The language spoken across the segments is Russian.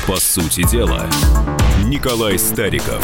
По сути дела, Николай Стариков.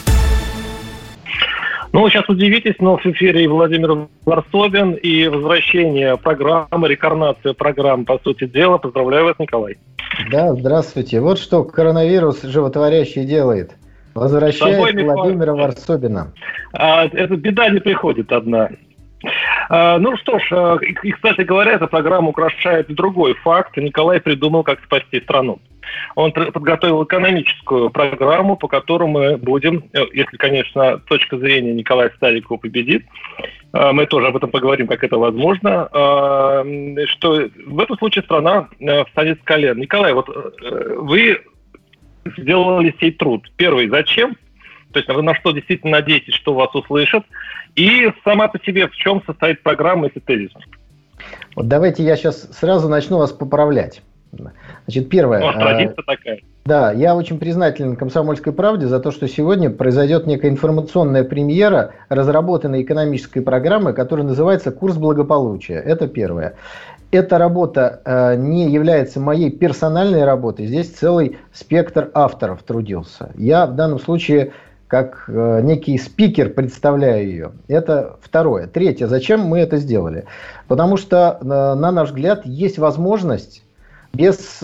Ну, вы сейчас удивитесь, но в эфире и Владимир Варсобин, и возвращение программы, рекарнация программ «По сути дела». Поздравляю вас, Николай. Да, здравствуйте. Вот что коронавирус животворящий делает. Возвращает Владимира Варсобина. Эта беда не приходит одна. Ну что ж, и, кстати говоря, эта программа украшает другой факт. Николай придумал, как спасти страну. Он подготовил экономическую программу, по которой мы будем, если, конечно, точка зрения Николая Старикова победит, мы тоже об этом поговорим, как это возможно, что в этом случае страна встанет с колен. Николай, вот вы сделали сей труд. Первый, зачем? То есть вы на что действительно надеетесь, что вас услышат? И сама по себе, в чем состоит программа, если тезисно? Вот давайте я сейчас сразу начну вас поправлять. Значит, первое. Традиция такая. Да, я очень признателен «Комсомольской правде» за то, что сегодня произойдет некая информационная премьера разработанной экономической программы, которая называется «Курс благополучия». Это первое. Эта работа не является моей персональной работой. Здесь целый спектр авторов трудился. Я в данном случае как некий спикер представляю ее. Это второе. Третье. Зачем мы это сделали? Потому что, на наш взгляд, есть возможность без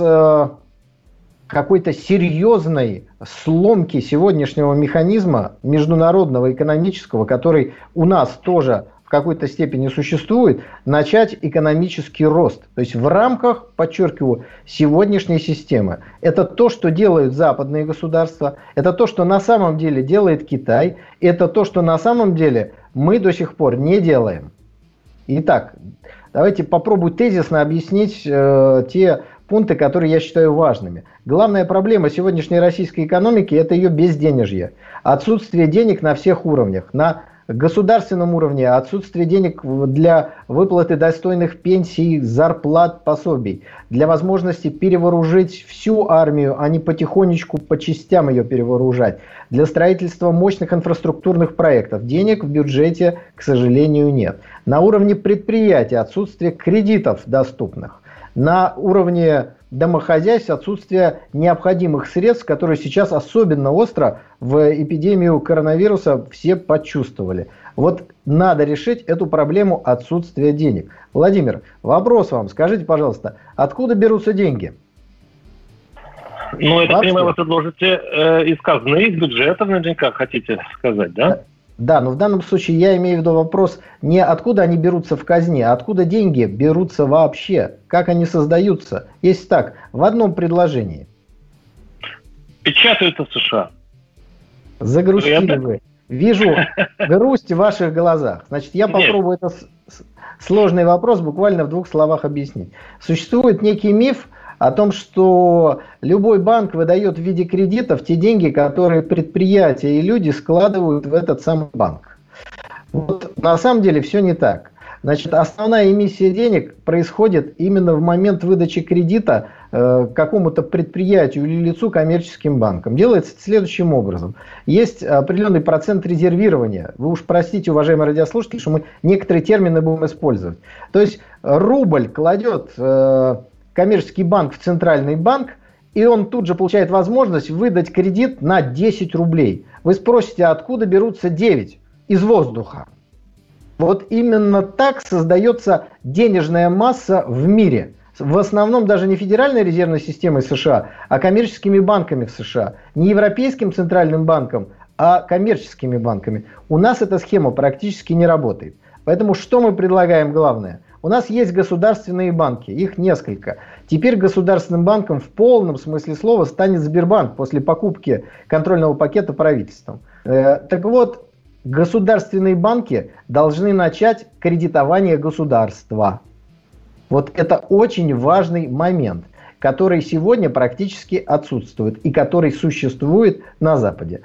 какой-то серьезной сломки сегодняшнего механизма международного экономического, который у нас тоже в какой-то степени существует, начать экономический рост. То есть в рамках, подчеркиваю, сегодняшней системы. Это то, что делают западные государства, это то, что на самом деле делает Китай, это то, что на самом деле мы до сих пор не делаем. Итак, давайте попробую тезисно объяснить те пункты, которые я считаю важными. Главная проблема сегодняшней российской экономики – это ее безденежье. Отсутствие денег на всех уровнях. На государственном уровне отсутствие денег для выплаты достойных пенсий, зарплат, пособий. Для возможности перевооружить всю армию, а не потихонечку по частям ее перевооружать. Для строительства мощных инфраструктурных проектов. Денег в бюджете, к сожалению, нет. На уровне предприятий отсутствие кредитов доступных. На уровне домохозяйств отсутствие необходимых средств, которые сейчас особенно остро в эпидемию коронавируса все почувствовали. Вот надо решить эту проблему отсутствия денег. Владимир, вопрос вам. Скажите, пожалуйста, откуда берутся деньги? Ну, это, понимаю, вы предложите из казны, из бюджета, наверняка, хотите сказать, да? Да, но в данном случае я имею в виду вопрос не откуда они берутся в казне, а откуда деньги берутся вообще, как они создаются. Если так, в одном предложении. Печатаются в США. Загрустили вы. Вижу грусть в ваших глазах. Значит, я попробую этот сложный вопрос буквально в двух словах объяснить. Существует некий миф о том, что любой банк выдает в виде кредитов те деньги, которые предприятия и люди складывают в этот самый банк. Вот, на самом деле все не так. Значит, основная эмиссия денег происходит именно в момент выдачи кредита какому-то предприятию или лицу коммерческим банком. Делается следующим образом. Есть определенный процент резервирования. Вы уж простите, уважаемые радиослушатели, что мы некоторые термины будем использовать. То есть рубль кладет коммерческий банк в центральный банк, и он тут же получает возможность выдать кредит на 10 рублей. Вы спросите, откуда берутся 9? Из воздуха. Вот именно так создается денежная масса в мире. В основном даже не Федеральной резервной системой США, а коммерческими банками в США. Не Европейским центральным банком, а коммерческими банками. У нас эта схема практически не работает. Поэтому что мы предлагаем главное? У нас есть государственные банки, их несколько. Теперь государственным банком в полном смысле слова станет Сбербанк после покупки контрольного пакета правительством. Так вот, государственные банки должны начать кредитование государства. Вот это очень важный момент, который сегодня практически отсутствует и который существует на Западе.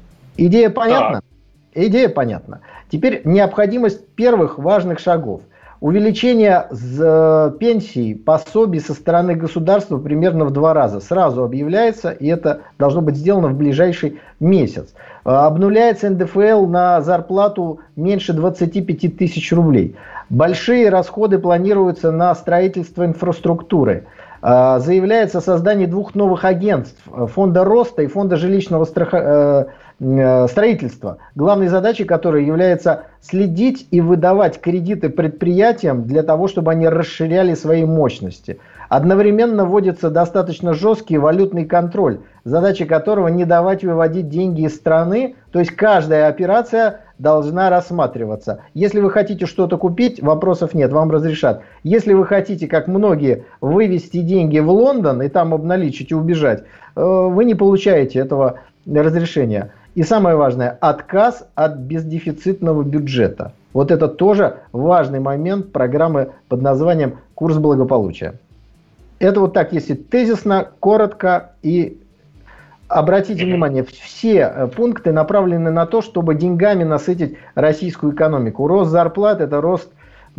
Идея понятна? Идея понятна. Теперь необходимость первых важных шагов. Увеличение пенсий, пособий со стороны государства примерно в 2 раза сразу объявляется, и это должно быть сделано в ближайший месяц. Обнуляется НДФЛ на зарплату меньше 25 тысяч рублей. Большие расходы планируются на строительство инфраструктуры. Заявляется создание 2 новых агентств, фонда роста и фонда жилищного строительства, главной задачей которой является следить и выдавать кредиты предприятиям для того, чтобы они расширяли свои мощности. Одновременно вводится достаточно жесткий валютный контроль, задача которого не давать выводить деньги из страны, то есть каждая операция должна рассматриваться. Если вы хотите что-то купить, вопросов нет, вам разрешат. Если вы хотите, как многие, вывести деньги в Лондон и там обналичить и убежать, вы не получаете этого разрешения. И самое важное, отказ от бездефицитного бюджета. Вот это тоже важный момент программы под названием «Курс благополучия». Это вот так, если тезисно, коротко, и обратите внимание, все пункты направлены на то, чтобы деньгами насытить российскую экономику. Рост зарплат – это рост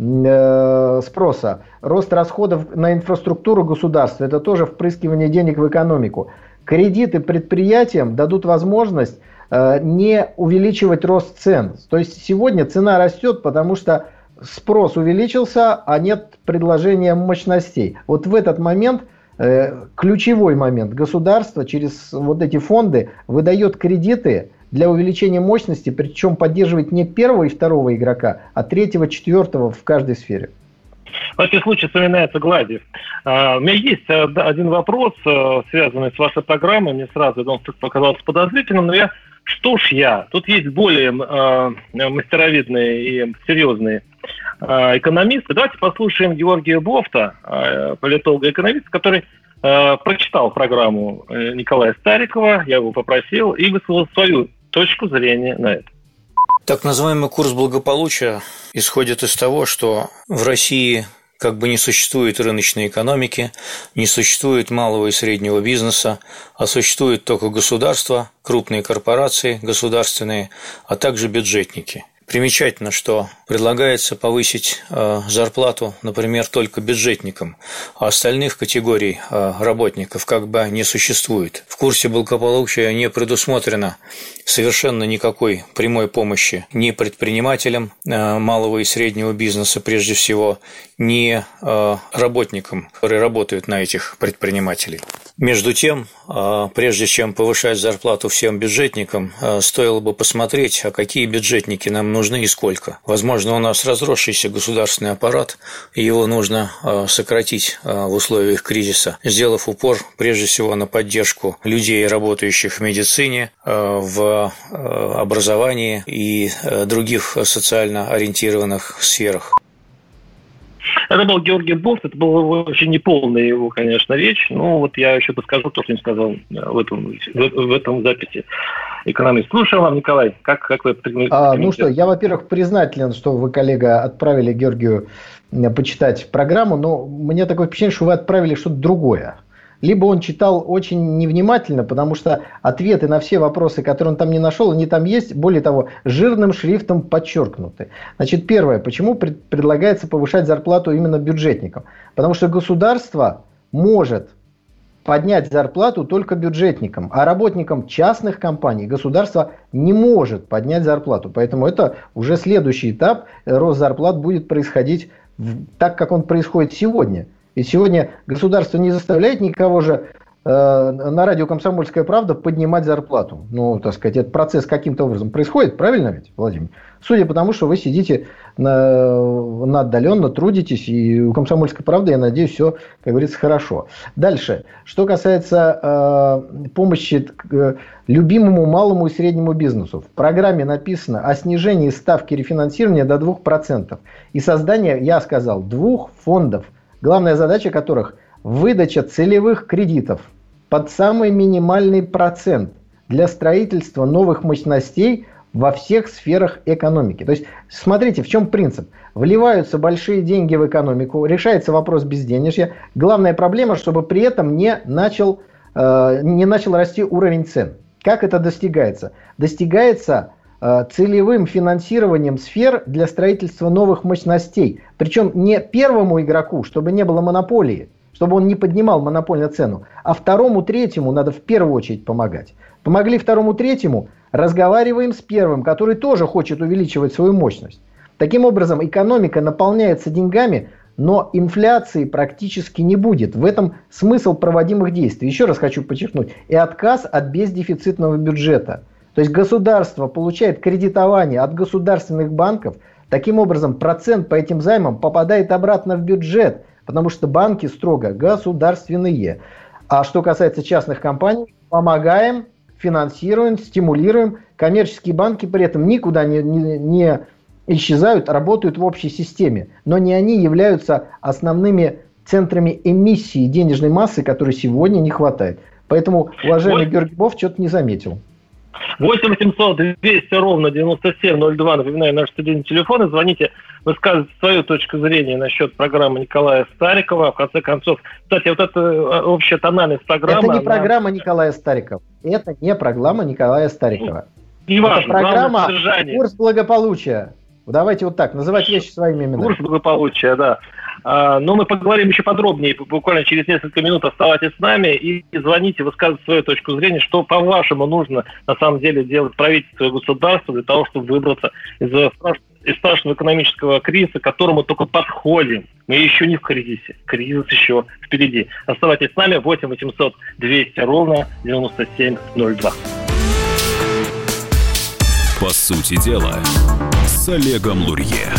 спроса, рост расходов на инфраструктуру государства – это тоже впрыскивание денег в экономику. Кредиты предприятиям дадут возможность не увеличивать рост цен. То есть сегодня цена растет, потому что спрос увеличился, а нет предложения мощностей. Вот в этот момент, ключевой момент, государство через вот эти фонды выдает кредиты для увеличения мощности, причем поддерживает не первого и второго игрока, а третьего, четвертого в каждой сфере. В этом случае вспоминается Гладиев. У меня есть один вопрос, связанный с вашей программой. Мне сразу он показался подозрительным, но тут есть более мастеровидные и серьезные экономисты. Давайте послушаем Георгия Бофта, политолога-экономиста, который прочитал программу Николая Старикова, я его попросил, и высказал свою точку зрения на это. Так называемый курс благополучия исходит из того, что в России как бы не существует рыночной экономики, не существует малого и среднего бизнеса, а существует только государство, крупные корпорации государственные, а также бюджетники. Примечательно, что предлагается повысить зарплату, например, только бюджетникам, а остальных категорий работников как бы не существует. В курсе благополучия не предусмотрено совершенно никакой прямой помощи ни предпринимателям малого и среднего бизнеса, прежде всего, ни работникам, которые работают на этих предпринимателей. Между тем, прежде чем повышать зарплату всем бюджетникам, стоило бы посмотреть, а какие бюджетники нам нужны и сколько. Возможно, у нас разросшийся государственный аппарат, и его нужно сократить в условиях кризиса, сделав упор прежде всего на поддержку людей, работающих в медицине, в образовании и других социально ориентированных сферах. Это был Георгий Бофт, это была очень неполная его, конечно, речь, но вот я еще подскажу то, что не сказал в этом записи экономист. Слушаю вам, Николай, как вы это Ну что, я, во-первых, признателен, что вы, коллега, отправили Георгию почитать программу, но мне такое впечатление, что вы отправили что-то другое. Либо он читал очень невнимательно, потому что ответы на все вопросы, которые он там не нашел, они там есть, более того, жирным шрифтом подчеркнуты. Значит, первое, почему предлагается повышать зарплату именно бюджетникам? Потому что государство может поднять зарплату только бюджетникам, а работникам частных компаний государство не может поднять зарплату. Поэтому это уже следующий этап, рост зарплат будет происходить так, как он происходит сегодня. И сегодня государство не заставляет никого же на радио «Комсомольская правда» поднимать зарплату. Ну, так сказать, этот процесс каким-то образом происходит, правильно ведь, Владимир? Судя по тому, что вы сидите отдаленно, трудитесь, и у «Комсомольской правды», я надеюсь, все, как говорится, хорошо. Дальше. Что касается помощи любимому малому и среднему бизнесу. В программе написано о снижении ставки рефинансирования до 2% и создание, я сказал, 2 фондов, главная задача которых – выдача целевых кредитов под самый минимальный процент для строительства новых мощностей во всех сферах экономики. То есть, смотрите, в чем принцип. Вливаются большие деньги в экономику, решается вопрос безденежья. Главная проблема, чтобы при этом не начал расти уровень цен. Как это достигается? Достигается целевым финансированием сфер для строительства новых мощностей. Причем не первому игроку, чтобы не было монополии, чтобы он не поднимал монопольную цену, а второму, третьему надо в первую очередь помогать. Помогли второму, третьему, разговариваем с первым, который тоже хочет увеличивать свою мощность. Таким образом, экономика наполняется деньгами, но инфляции практически не будет. В этом смысл проводимых действий. Еще раз хочу подчеркнуть. И отказ от бездефицитного бюджета. То есть государство получает кредитование от государственных банков. Таким образом, процент по этим займам попадает обратно в бюджет, потому что банки строго государственные. А что касается частных компаний, помогаем, финансируем, стимулируем. Коммерческие банки при этом никуда не исчезают, работают в общей системе. Но не они являются основными центрами эмиссии денежной массы, которой сегодня не хватает. Поэтому, уважаемый Георгий Бофт, что-то не заметил. 8 800 200 ровно 9702, напоминаю, наш студийный телефон, и звоните, высказывайте свою точку зрения насчет программы Николая Старикова. В конце концов, кстати, вот эта общая тональность программы... Это не программа Николая Старикова. Это не программа Николая Старикова. Не важно, это программа «Курс благополучия». Давайте вот так, называть вещи своими именами. Курс благополучия, да. Но мы поговорим еще подробнее, буквально через несколько минут. Оставайтесь с нами и звоните, высказывайте свою точку зрения, что, по-вашему, нужно на самом деле делать правительство и государство для того, чтобы выбраться из страшного экономического кризиса, к которому только подходим. Мы еще не в кризисе. Кризис еще впереди. Оставайтесь с нами. 8 800 200 ровно 9702. По сути дела, с Олегом Лурье.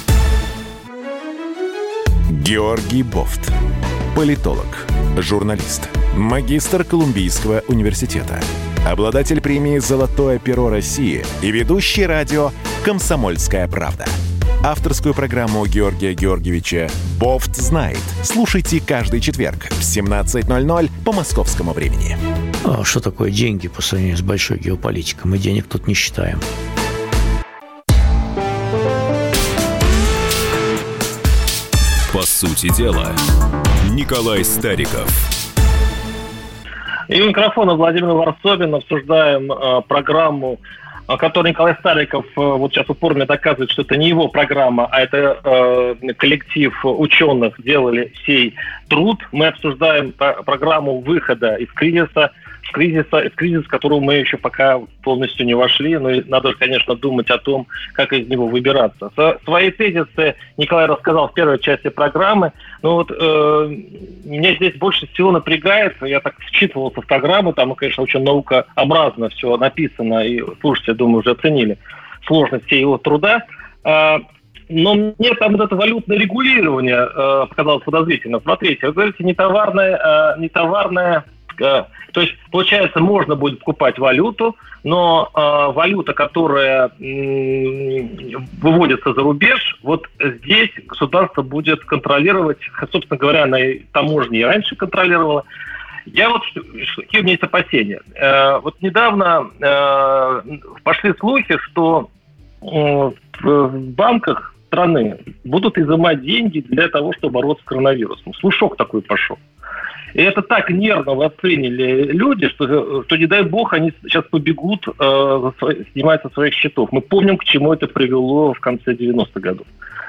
Георгий Бофт. Политолог, журналист, магистр Колумбийского университета, обладатель премии «Золотое перо России» и ведущий радио «Комсомольская правда». Авторскую программу Георгия Георгиевича «Бофт знает». Слушайте каждый четверг в 17:00 по московскому времени. А что такое деньги по сравнению с большой геополитикой? Мы денег тут не считаем. По сути дела, Николай Стариков. И у микрофона Владимир Варсобин. Обсуждаем программу, которую Николай Стариков вот сейчас упорно доказывает, что это не его программа, а это коллектив ученых делали сей труд. Мы обсуждаем программу выхода из кризиса, в который мы еще пока полностью не вошли, но надо, конечно, думать о том, как из него выбираться. Свои тезисы Николай рассказал в первой части программы, но вот меня здесь больше всего напрягает, я так вчитывался в программу, там, конечно, очень наукообразно все написано, и слушатели, думаю, уже оценили сложность всего его труда. Но мне там вот это валютное регулирование показалось подозрительно. Смотрите, вы говорите, не товарное. То есть, получается, можно будет покупать валюту, но валюта, которая выводится за рубеж, вот здесь государство будет контролировать, собственно говоря, на таможне и раньше контролировало. Какие у меня есть опасения? Вот недавно пошли слухи, что в банках страны будут изымать деньги для того, чтобы бороться с коронавирусом. Слушок такой пошел. И это так нервно восприняли люди, что не дай бог, они сейчас побегут снимать со своих счетов. Мы помним, к чему это привело в конце 90-х годов.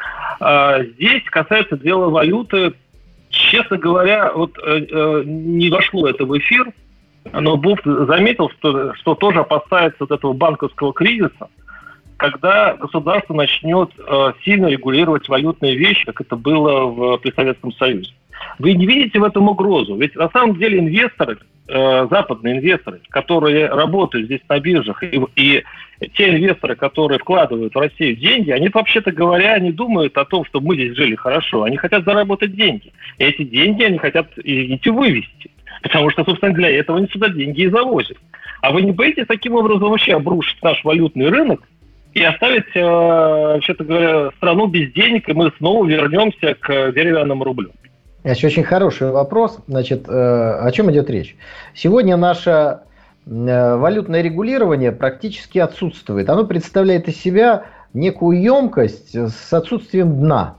Здесь касается дела валюты. Честно говоря, вот не вошло это в эфир, но Бофт заметил, что тоже опасается вот этого банковского кризиса, когда государство начнет сильно регулировать валютные вещи, как это было при Советском Союзе. Вы не видите в этом угрозу? Ведь на самом деле инвесторы, западные инвесторы, которые работают здесь на биржах, и те инвесторы, которые вкладывают в Россию деньги, они, вообще-то говоря, не думают о том, чтобы мы здесь жили хорошо. Они хотят заработать деньги. И эти деньги они хотят, извините, вывести. Потому что, собственно, для этого они сюда деньги и завозят. А вы не боитесь таким образом вообще обрушить наш валютный рынок и оставить, вообще-то говоря, страну без денег, и мы снова вернемся к деревянному рублю? Это очень хороший вопрос. Значит, о чем идет речь? Сегодня наше валютное регулирование практически отсутствует. Оно представляет из себя некую емкость с отсутствием дна.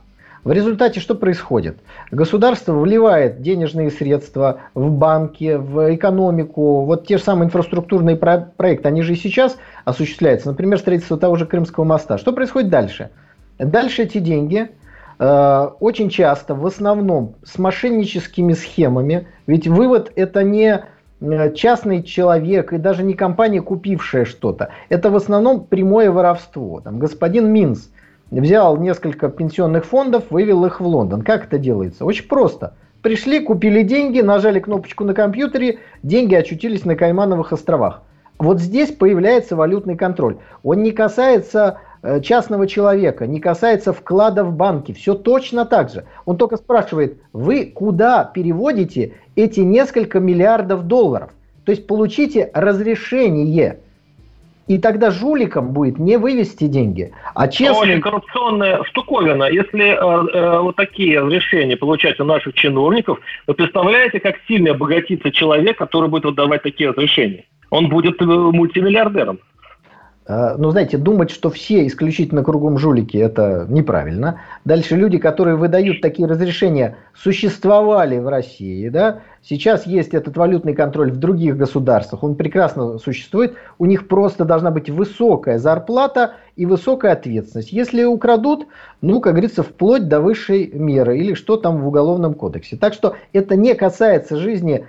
В результате что происходит? Государство вливает денежные средства в банки, в экономику. Вот те же самые инфраструктурные проекты, они же и сейчас осуществляются. Например, строительство того же Крымского моста. Что происходит дальше? Дальше эти деньги очень часто, в основном, с мошенническими схемами. Ведь вывод – это не частный человек и даже не компания, купившая что-то. Это в основном прямое воровство. Там господин Минц взял несколько пенсионных фондов, вывел их в Лондон. Как это делается? Очень просто. Пришли, купили деньги, нажали кнопочку на компьютере, деньги очутились на Каймановых островах. Вот здесь появляется валютный контроль. Он не касается частного человека, не касается вклада в банки. Все точно так же. Он только спрашивает, вы куда переводите эти несколько миллиардов долларов? То есть получите разрешение. И тогда жуликам будет не вывести деньги, а честно... Очень коррупционная штуковина. Если вот такие разрешения получать у наших чиновников, вы представляете, как сильно обогатится человек, который будет выдавать такие разрешения? Он будет мультимиллиардером. Ну, знаете, думать, что все исключительно кругом жулики, это неправильно. Дальше люди, которые выдают такие разрешения, существовали в России, да? Сейчас есть этот валютный контроль в других государствах, он прекрасно существует. У них просто должна быть высокая зарплата и высокая ответственность. Если украдут, ну, как говорится, вплоть до высшей меры или что там в Уголовном кодексе. Так что это не касается жизни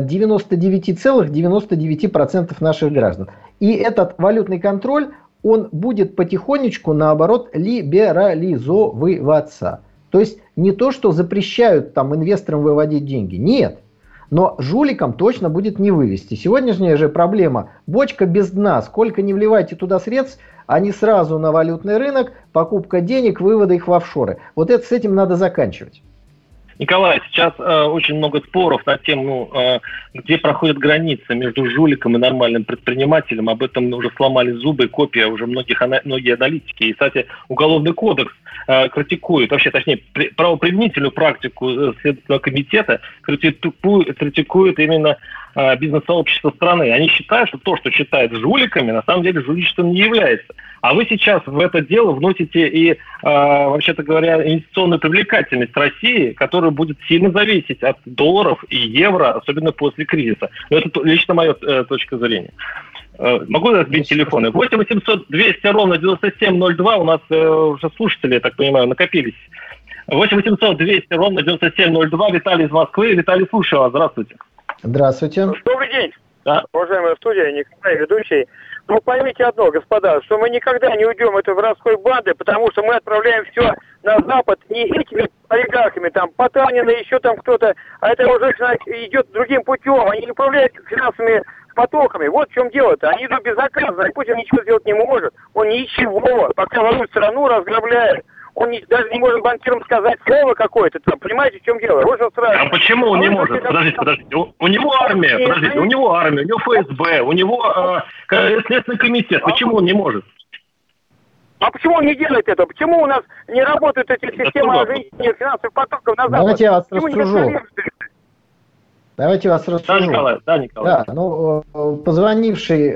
99,99% наших граждан. И этот валютный контроль, он будет потихонечку, наоборот, либерализовываться. То есть не то, что запрещают там инвесторам выводить деньги. Нет. Но жуликам точно будет не вывести. Сегодняшняя же проблема. Бочка без дна. Сколько не вливайте туда средств, они сразу на валютный рынок, покупка денег, выводы их в офшоры. Вот это, с этим надо заканчивать. Николай, сейчас очень много споров на тему, где проходит граница между жуликом и нормальным предпринимателем. Об этом уже сломали зубы, копия уже многие аналитики. И, кстати, Уголовный кодекс критикует, вообще, точнее, правоприменительную практику Следственного комитета критикует именно бизнес-сообщество страны. Они считают, что то, что считают жуликами, на самом деле жуличеством не является. А вы сейчас в это дело вносите и, вообще-то говоря, инвестиционную привлекательность России, которая будет сильно зависеть от долларов и евро, особенно после кризиса. Но это лично моя точка зрения. Могу разбить телефоны? 8 800 200 ровно 9702. У нас уже слушатели, я так понимаю, накопились. 8 800 200 ровно 9702. Виталий из Москвы. Виталий, слушаю вас. Здравствуйте. Здравствуйте. Добрый день, уважаемая студия, Николай, ведущий. Ну, поймите одно, господа, что мы никогда не уйдем от этой воровской банды, потому что мы отправляем все на Запад не этими олигархами, там, Потанина, еще там кто-то, а это уже идет другим путем, они не управляют финансовыми потоками. Вот в чем дело-то. Они идут безнаказанно, и Путин ничего сделать не может. Он ничего, пока ворует страну, разграбляет. Он даже не может банкирам сказать слово какое-то. Там, понимаете, в чем дело? Вот что страшно. А почему он не может? Подождите. У него армия, у него ФСБ, у него Следственный комитет. Почему он не может? А почему он не делает это? Почему у нас не работают эти системы ограничения финансовых потоков на Запад? Давайте я вас рассужу. Давайте вас рассужу. Да, Николай. Да, ну, позвонивший,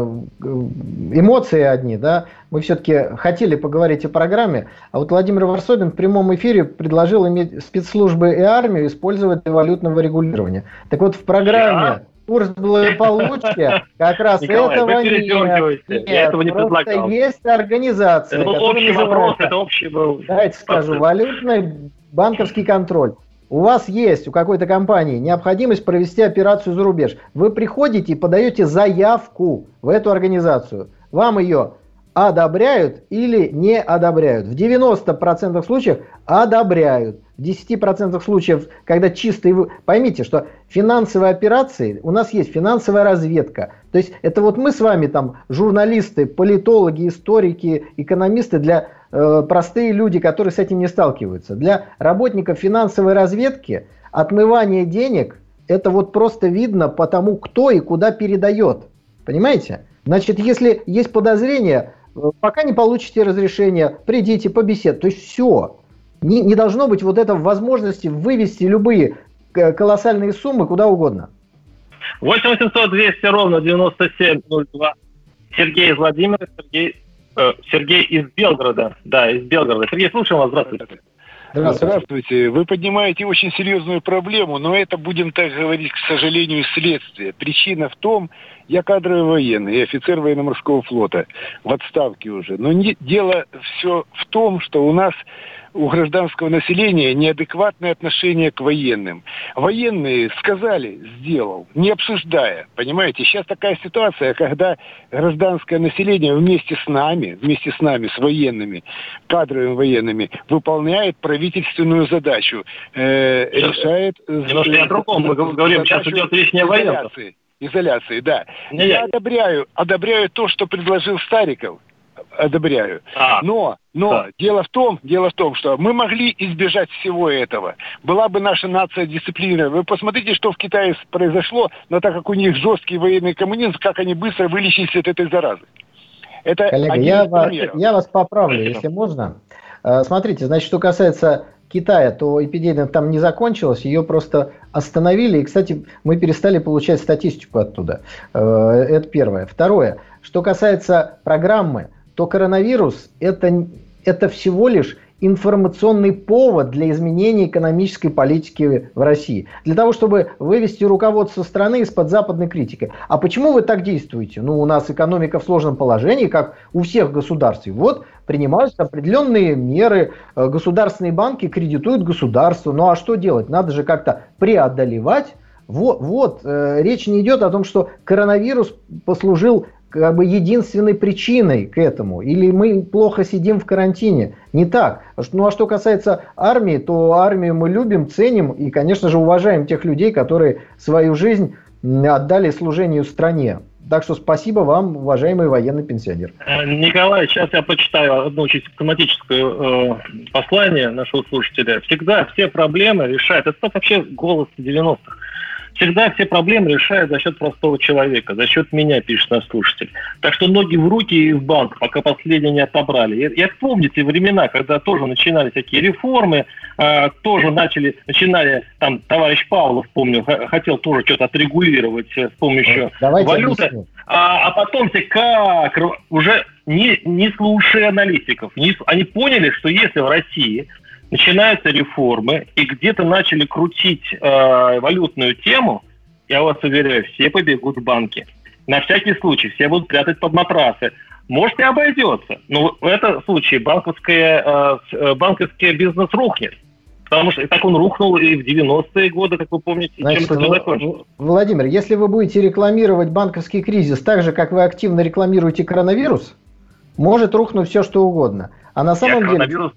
эмоции одни, да, мы все-таки хотели поговорить о программе, а вот Владимир Варсобин в прямом эфире предложил иметь спецслужбы и армию использовать для валютного регулирования. Так вот, в программе курс благополучия как раз Николай, этого нет. Я этого не предлагал. Есть организация, это был общий вопрос, это общий был. Давайте скажу, валютный банковский контроль. У вас есть, у какой-то компании, необходимость провести операцию за рубеж. Вы приходите и подаете заявку в эту организацию. Вам ее одобряют или не одобряют. В 90% случаев одобряют. В 10% случаев, когда чисто... Поймите, что финансовые операции, у нас есть финансовая разведка. То есть это вот мы с вами там журналисты, политологи, историки, экономисты, для простые люди, которые с этим не сталкиваются. Для работников финансовой разведки отмывание денег, это вот просто видно по тому, кто и куда передает. Понимаете? Значит, если есть подозрение, пока не получите разрешение, придите, побеседуйте. То есть все. Не должно быть вот этой возможности вывести любые колоссальные суммы куда угодно. 8 800 200 ровно 9702. Сергей из Владимира, Сергей из Белгорода. Да, из Белгорода. Сергей, слушаем вас. Здравствуйте. Здравствуйте. Вы поднимаете очень серьезную проблему, но это, будем так говорить, к сожалению, следствие. Причина в том, я кадровый военный, я офицер военно-морского флота, в отставке уже. Но дело все в том, что у нас у гражданского населения неадекватное отношение к военным. Военные сказали, сделал, не обсуждая. Понимаете, сейчас такая ситуация, когда гражданское население вместе с нами, с военными, кадровыми военными, выполняет правительственную задачу, решает... Немножко о другом, мы говорим, сейчас идет речь не о военных. Изоляции, да. Я одобряю то, что предложил Стариков. Одобряю. Но дело в том, что мы могли избежать всего этого. Была бы наша нация дисциплинирована. Вы посмотрите, что в Китае произошло, но так как у них жесткий военный коммунизм, как они быстро вылечились от этой заразы. Это коллега, я вас поправлю, если можно. Смотрите, значит, что касается Китая, то эпидемия там не закончилась, ее просто остановили. И, кстати, мы перестали получать статистику оттуда. Это первое. Второе. Что касается программы, то коронавирус – это всего лишь информационный повод для изменения экономической политики в России. Для того, чтобы вывести руководство страны из-под западной критики. А почему вы так действуете? Ну, у нас экономика в сложном положении, как у всех государств. И вот принимаются определенные меры. Государственные банки кредитуют государство. Ну, а что делать? Надо же как-то преодолевать. Речь не идет о том, что коронавирус послужил как бы единственной причиной к этому, или мы плохо сидим в карантине. Не так. Ну а что касается армии, то армию мы любим, ценим и, конечно же, уважаем тех людей, которые свою жизнь отдали служению стране. Так что спасибо вам, уважаемый военный пенсионер. Николай, сейчас я почитаю одно очень симптоматическое послание нашего слушателя. Всегда все проблемы решает, это вообще голос 90-х. Всегда все проблемы решают за счет простого человека, за счет меня, пишет наш слушатель. Так что ноги в руки и в банк, пока последние не отобрали. Я помню те времена, когда тоже начинали такие реформы, тоже начинали, там, товарищ Павлов, помню, хотел тоже что-то отрегулировать с помощью валюты. А потом все как, уже не слушая аналитиков, они поняли, что если в России начинаются реформы, и где-то начали крутить валютную тему, я вас уверяю, все побегут в банки. На всякий случай, все будут прятать под матрасы. Может, и обойдется, но в этом случае банковский бизнес рухнет. Потому что так он рухнул и в 90-е годы, как вы помните. Значит, чем это закончилось. Владимир, если вы будете рекламировать банковский кризис так же, как вы активно рекламируете коронавирус, может рухнуть все, что угодно. А на самом деле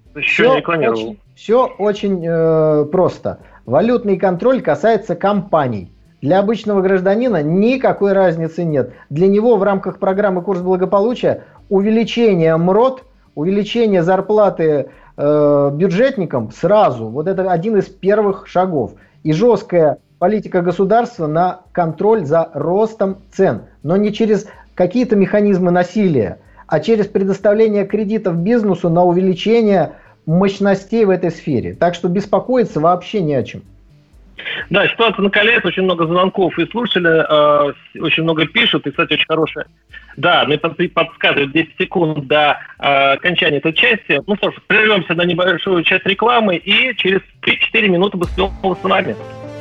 все очень просто. Валютный контроль касается компаний. Для обычного гражданина никакой разницы нет. Для него в рамках программы «Курс благополучия» увеличение МРОТ, увеличение зарплаты бюджетникам сразу. Вот это один из первых шагов. И жесткая политика государства на контроль за ростом цен. Но не через какие-то механизмы насилия, а через предоставление кредитов бизнесу на увеличение мощностей в этой сфере. Так что беспокоиться вообще не о чем. Да, ситуация накаляется, очень много звонков и слушателей, очень много пишут, и, кстати, очень хорошая. Да, мне подсказывают 10 секунд до окончания этой части. Ну что ж, прервемся на небольшую часть рекламы, и через 3-4 минуты мы снова с вами.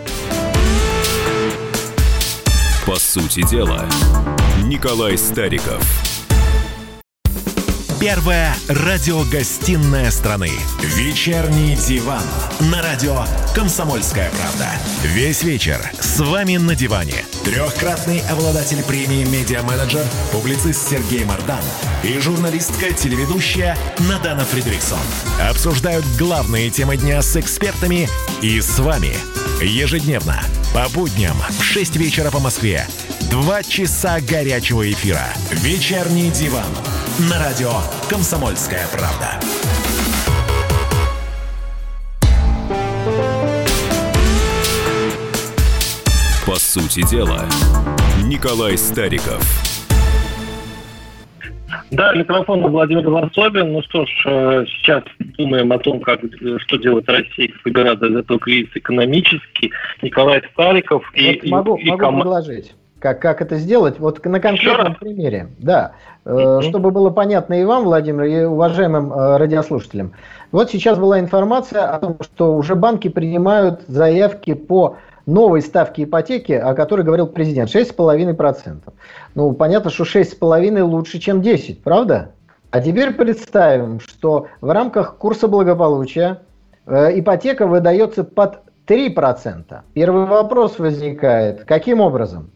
По сути дела, Николай Стариков. Первая радиогостинная страны. Вечерний диван. На радио «Комсомольская правда». Весь вечер с вами на диване. Трехкратный обладатель премии «Медиа-менеджер», публицист Сергей Мардан и журналистка-телеведущая Надана Фридриксон обсуждают главные темы дня с экспертами и с вами. Ежедневно, по будням, в 6 вечера по Москве. 2 часа горячего эфира. Вечерний диван. На радио «Комсомольская правда». По сути дела, Николай Стариков. Да, микрофон Владимир Варсобин. Ну что ж, сейчас думаем о том, что делать России, как выбираться из этого кризиса экономически. Николай Стариков могу предложить. Как это сделать? Вот на конкретном примере. Да. Чтобы было понятно и вам, Владимир, и уважаемым радиослушателям. Вот сейчас была информация о том, что уже банки принимают заявки по новой ставке ипотеки, о которой говорил президент, 6,5%. Ну, понятно, что 6,5% лучше, чем 10%, правда? А теперь представим, что в рамках курса благополучия ипотека выдается под 3%. Первый вопрос возникает, каким образом?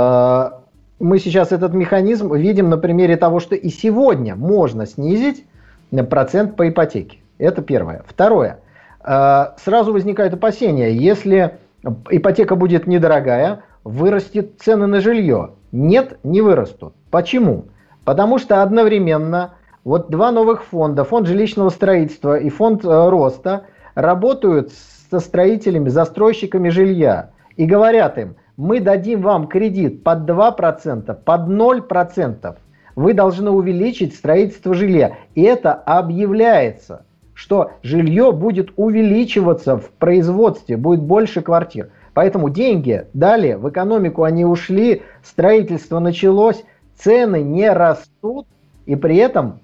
Мы сейчас этот механизм видим на примере того, что и сегодня можно снизить процент по ипотеке. Это первое. Второе. Сразу возникают опасения, если ипотека будет недорогая, вырастет цены на жилье. Нет, не вырастут. Почему? Потому что одновременно вот два новых фонда, фонд жилищного строительства и фонд роста, работают со строителями, застройщиками жилья и говорят им, мы дадим вам кредит под 2%, под 0%, вы должны увеличить строительство жилья. И это объявляется, что жилье будет увеличиваться в производстве, будет больше квартир. Поэтому деньги дали, в экономику они ушли, строительство началось, цены не растут, и при этом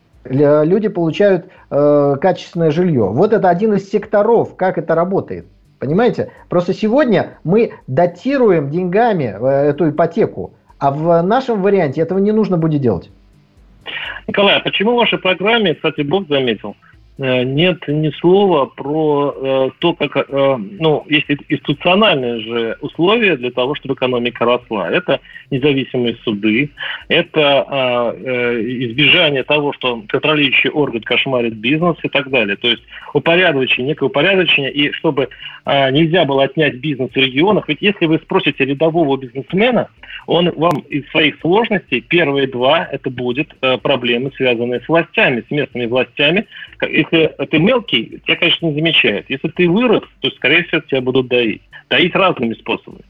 люди получают качественное жилье. Вот это один из секторов, как это работает. Понимаете? Просто сегодня мы датируем деньгами эту ипотеку, а в нашем варианте этого не нужно будет делать. Николай, а почему в вашей программе, кстати, Бог заметил, нет ни слова про то, как, есть институциональные же условия для того, чтобы экономика росла. Это независимые суды, это избежание того, что контролирующий орган кошмарит бизнес и так далее. То есть некое упорядочение, и чтобы нельзя было отнять бизнес в регионах. Ведь если вы спросите рядового бизнесмена, он вам из своих сложностей, первые два, это будут проблемы, связанные с властями, с местными властями. Если ты мелкий, тебя, конечно, не замечают. Если ты вырос, то, скорее всего, тебя будут доить. Доить разными способами.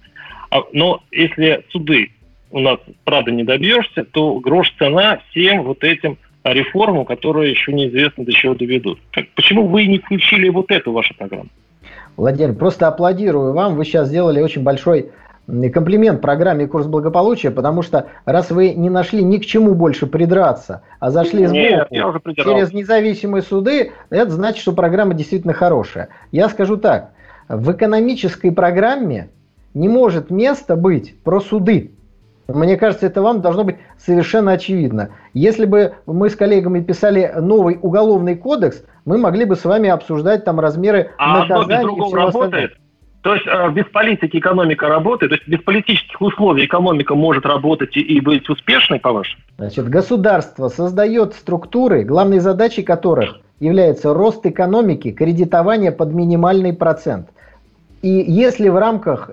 Но если суды у нас, правда, не добьешься, то грош цена всем вот этим реформам, которые еще неизвестно до чего доведут. Почему вы не включили вот эту вашу программу? Владимир, просто аплодирую вам. Вы сейчас сделали очень большой комплимент программе «Курс благополучия», потому что раз вы не нашли ни к чему больше придраться, а зашли сбоку через независимые суды, это значит, что программа действительно хорошая. Я скажу так, в экономической программе не может места быть про суды. Мне кажется, это вам должно быть совершенно очевидно. Если бы мы с коллегами писали новый уголовный кодекс, мы могли бы с вами обсуждать там размеры наказаний и всего остального. То есть без политики экономика работает, то есть без политических условий экономика может работать и быть успешной, по-вашему? Значит, государство создает структуры, главной задачей которых является рост экономики, кредитование под минимальный процент. И если в рамках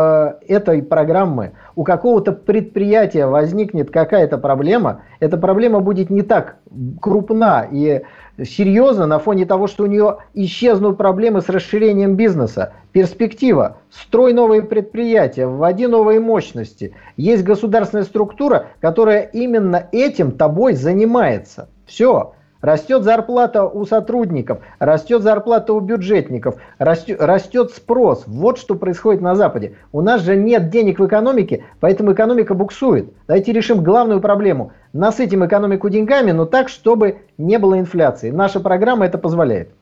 этой программы у какого-то предприятия возникнет какая-то проблема, эта проблема будет не так крупна и серьезна на фоне того, что у нее исчезнут проблемы с расширением бизнеса. Перспектива. Строй новые предприятия, вводи новые мощности. Есть государственная структура, которая именно этим тобой занимается. Все. Растет зарплата у сотрудников, растет зарплата у бюджетников, растет спрос. Вот что происходит на Западе. У нас же нет денег в экономике, поэтому экономика буксует. Давайте решим главную проблему. Насытим экономику деньгами, но так, чтобы не было инфляции. Наша программа это позволяет.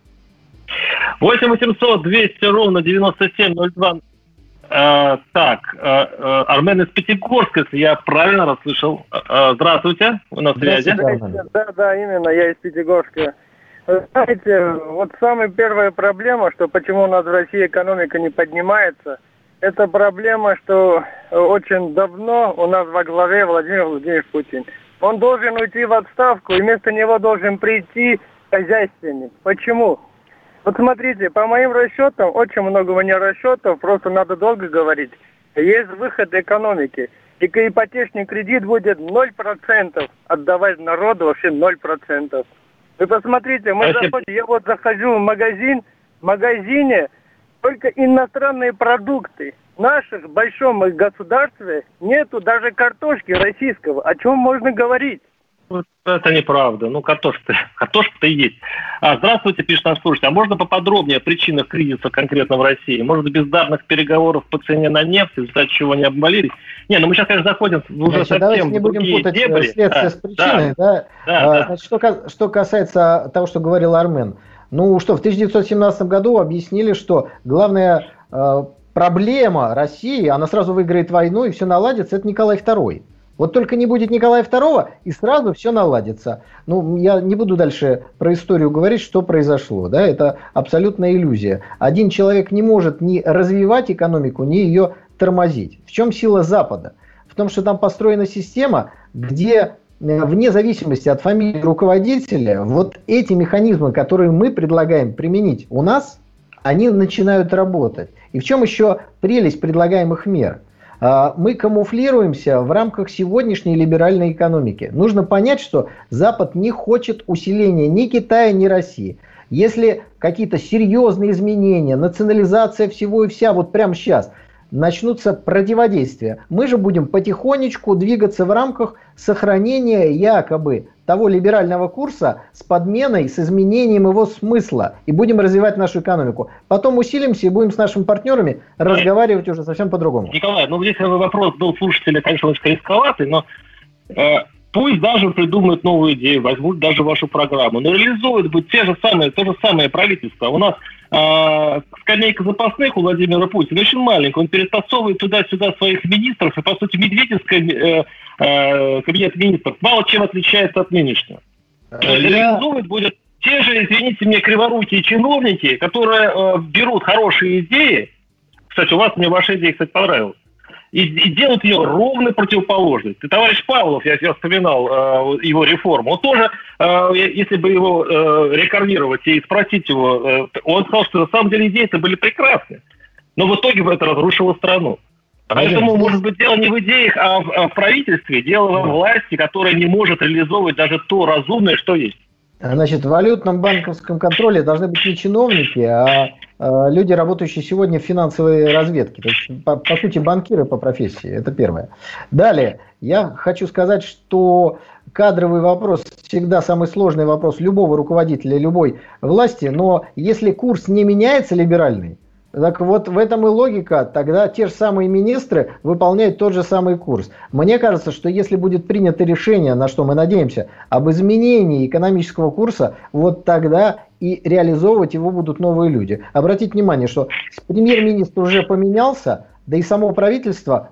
8 800 200 ровно 9702. Армен из Пятигорска, если я правильно расслышал. Здравствуйте, вы на связи. Да, именно, я из Пятигорска. Знаете, вот самая первая проблема, что почему у нас в России экономика не поднимается, это проблема, что очень давно у нас во главе Владимир Владимирович Путин. Он должен уйти в отставку, и вместо него должен прийти хозяйственник. Почему? Вот смотрите, по моим расчетам, очень много у меня расчетов, просто надо долго говорить. Есть выход экономики. И ипотечный кредит будет 0% отдавать народу, вообще 0%. Вы посмотрите, я вот захожу в магазин, в магазине только иностранные продукты. В наших большом государстве нету даже картошки российского. О чем можно говорить? Это неправда. Картошка-то и есть. Здравствуйте, пишет наш слушатель. А можно поподробнее о причинах кризиса конкретно в России? Может, бездарных переговоров по цене на нефть, из-за чего не обвалились? Мы сейчас, конечно, заходим уже совсем давайте не будем путать дебри. Следствие с причиной. Значит, что касается того, что говорил Армен. В 1917 году объяснили, что главная проблема России, она сразу выиграет войну и все наладится, это Николай II. Вот только не будет Николая II, и сразу все наладится. Я не буду дальше про историю говорить, что произошло. Да? Это абсолютная иллюзия. Один человек не может ни развивать экономику, ни ее тормозить. В чем сила Запада? В том, что там построена система, где вне зависимости от фамилии руководителя, вот эти механизмы, которые мы предлагаем применить у нас, они начинают работать. И в чем еще прелесть предлагаемых мер? Мы камуфлируемся в рамках сегодняшней либеральной экономики. Нужно понять, что Запад не хочет усиления ни Китая, ни России. Если какие-то серьезные изменения, национализация всего и вся, вот прямо сейчас начнутся противодействия, мы же будем потихонечку двигаться в рамках сохранения якобы того либерального курса с подменой, с изменением его смысла. И будем развивать нашу экономику. Потом усилимся и будем с нашими партнерами разговаривать уже совсем по-другому. Николай, здесь вопрос был слушателя, конечно, очень рисковатый, но пусть даже придумают новую идею, возьмут даже вашу программу, но реализуют будет то же самое правительство. У нас скамейка запасных у Владимира Путина очень маленькая. Он перетасовывает туда-сюда своих министров, и, по сути, медведевский кабинет министров мало чем отличается от нынешнего. Реализуют будет те же, извините меня, криворукие чиновники, которые берут хорошие идеи. Кстати, мне ваша идея, понравилась. И делают ее ровно противоположной. Товарищ Павлов, я вспоминал его реформу, он тоже, если бы его рекордировать и спросить его, он сказал, что на самом деле идеи-то были прекрасны. Но в итоге это разрушило страну. Поэтому, может быть, дело не в идеях, а в правительстве, дело во власти, которая не может реализовывать даже то разумное, что есть. Значит, в валютном банковском контроле должны быть не чиновники, а люди, работающие сегодня в финансовой разведке. То есть, по сути, банкиры по профессии. Это первое. Далее, я хочу сказать, что кадровый вопрос всегда самый сложный вопрос любого руководителя, любой власти. Но если курс не меняется либеральный, так вот в этом и логика, тогда те же самые министры выполняют тот же самый курс. Мне кажется, что если будет принято решение, на что мы надеемся, об изменении экономического курса, вот тогда и реализовывать его будут новые люди. Обратите внимание, что премьер-министр уже поменялся, да и само правительство,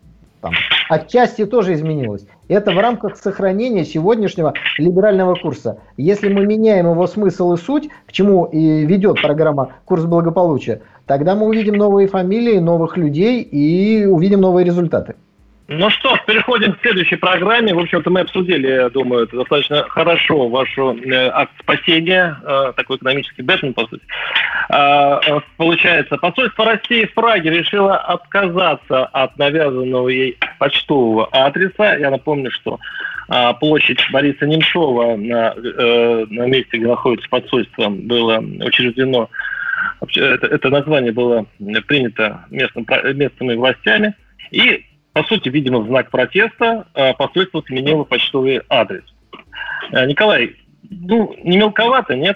отчасти тоже изменилось. Это в рамках сохранения сегодняшнего либерального курса. Если мы меняем его смысл и суть, к чему и ведет программа «Курс благополучия», тогда мы увидим новые фамилии, новых людей и увидим новые результаты. Переходим к следующей программе. В общем-то, мы обсудили, я думаю, достаточно хорошо вашу акт спасения, такой экономический Бэтмен, по сути. Получается, посольство России в Праге решило отказаться от навязанного ей почтового адреса. Я напомню, что площадь Бориса Немцова на месте, где находится посольство, было учреждено, это название было принято местными властями, и по сути, видимо, в знак протеста посольство сменило почтовый адрес. Николай, не мелковато, нет?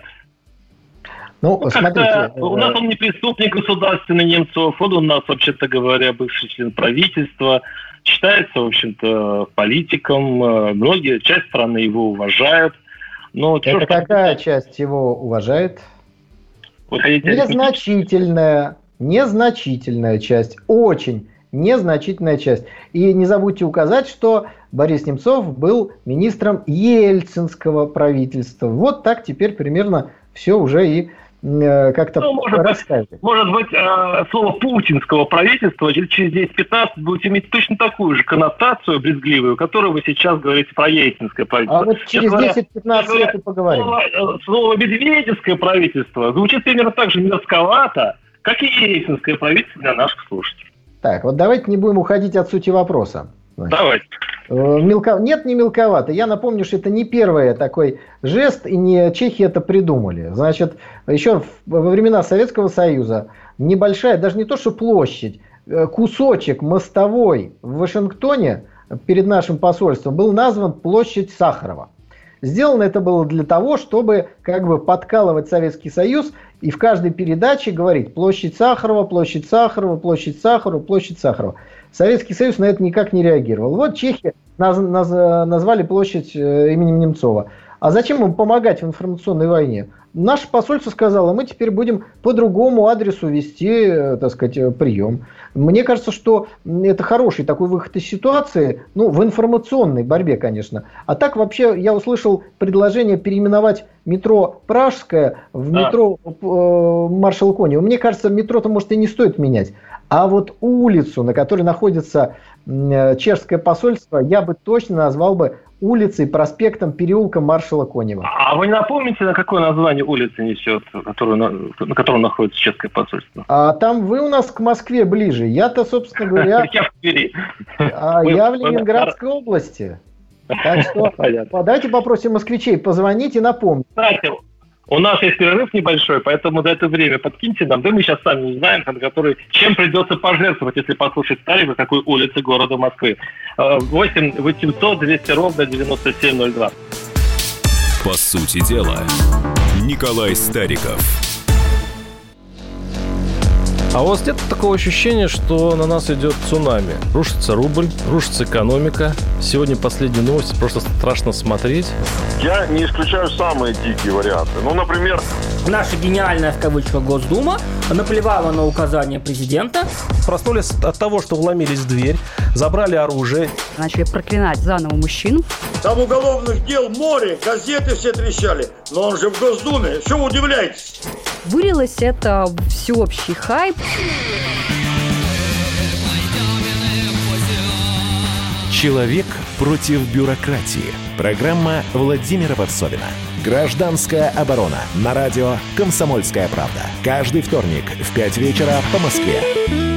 Смотрите. У нас он не преступник государственный, Немцов, он у нас, вообще-то говоря, бывший член правительства, считается, в общем-то, политиком, часть страны его уважают. Это какая часть его уважает? Незначительная часть, очень незначительная часть. И не забудьте указать, что Борис Немцов был министром ельцинского правительства. Вот так теперь примерно все уже и как-то рассказывает. Может быть, слово путинского правительства через 10-15 будет иметь точно такую же коннотацию брезгливую, которую вы сейчас говорите про ельцинское правительство. А вот через 10-15 лет и поговорим. Слово медведевское правительство звучит примерно так же мерзковато, как и ельцинское правительство для наших слушателей. Так, вот давайте не будем уходить от сути вопроса. Давайте. Нет, не мелковато. Я напомню, что это не первый такой жест, и не чехи это придумали. Значит, еще во времена Советского Союза небольшая, даже не то что площадь, кусочек мостовой в Вашингтоне перед нашим посольством был назван площадь Сахарова. Сделано это было для того, чтобы как бы подкалывать Советский Союз и в каждой передаче говорить площадь Сахарова, площадь Сахарова, площадь Сахарова, площадь Сахарова. Советский Союз на это никак не реагировал. Вот чехи назвали площадь именем Немцова. А зачем им помогать в информационной войне? Наше посольство сказало, мы теперь будем по другому адресу вести, так сказать, прием. Мне кажется, что это хороший такой выход из ситуации, ну, в информационной борьбе, конечно. А так вообще я услышал предложение переименовать метро Пражское в метро Маршала Конева. Мне кажется, метро-то, может, и не стоит менять. А вот улицу, на которой находится чешское посольство, я бы точно назвал бы улицей, проспектом, переулком Маршала Конева. А вы не напомните, на какое название улицы несет, на котором находится чешское посольство? А там вы у нас к Москве ближе. Я-то, собственно говоря, я в Твери. Я в Ленинградской области. Так что давайте попросим москвичей позвонить и напомнить. Кстати, у нас есть перерыв небольшой, поэтому за это время подкиньте нам. Да мы сейчас сами узнаем, чем придется пожертвовать, если послушать Старика, какой улице города Москвы. 8 800 200 ровно 9702. По сути дела, Николай Стариков. А у вас нет такого ощущения, что на нас идет цунами? Рушится рубль, рушится экономика. Сегодня последние новости, просто страшно смотреть. Я не исключаю самые дикие варианты. Ну, например... Наша гениальная, в кавычках, Госдума наплевала на указания президента. Проснулись от того, что вломились в дверь, забрали оружие. Начали проклинать заново мужчин. Там уголовных дел море, газеты все трещали. Но он же в Госдуме, что вы удивляетесь? Вылилось это в всеобщий хайп. «Человек против бюрократии». Программа Владимира Варсовина. «Гражданская оборона» на радио «Комсомольская правда». Каждый вторник в 5 вечера по Москве.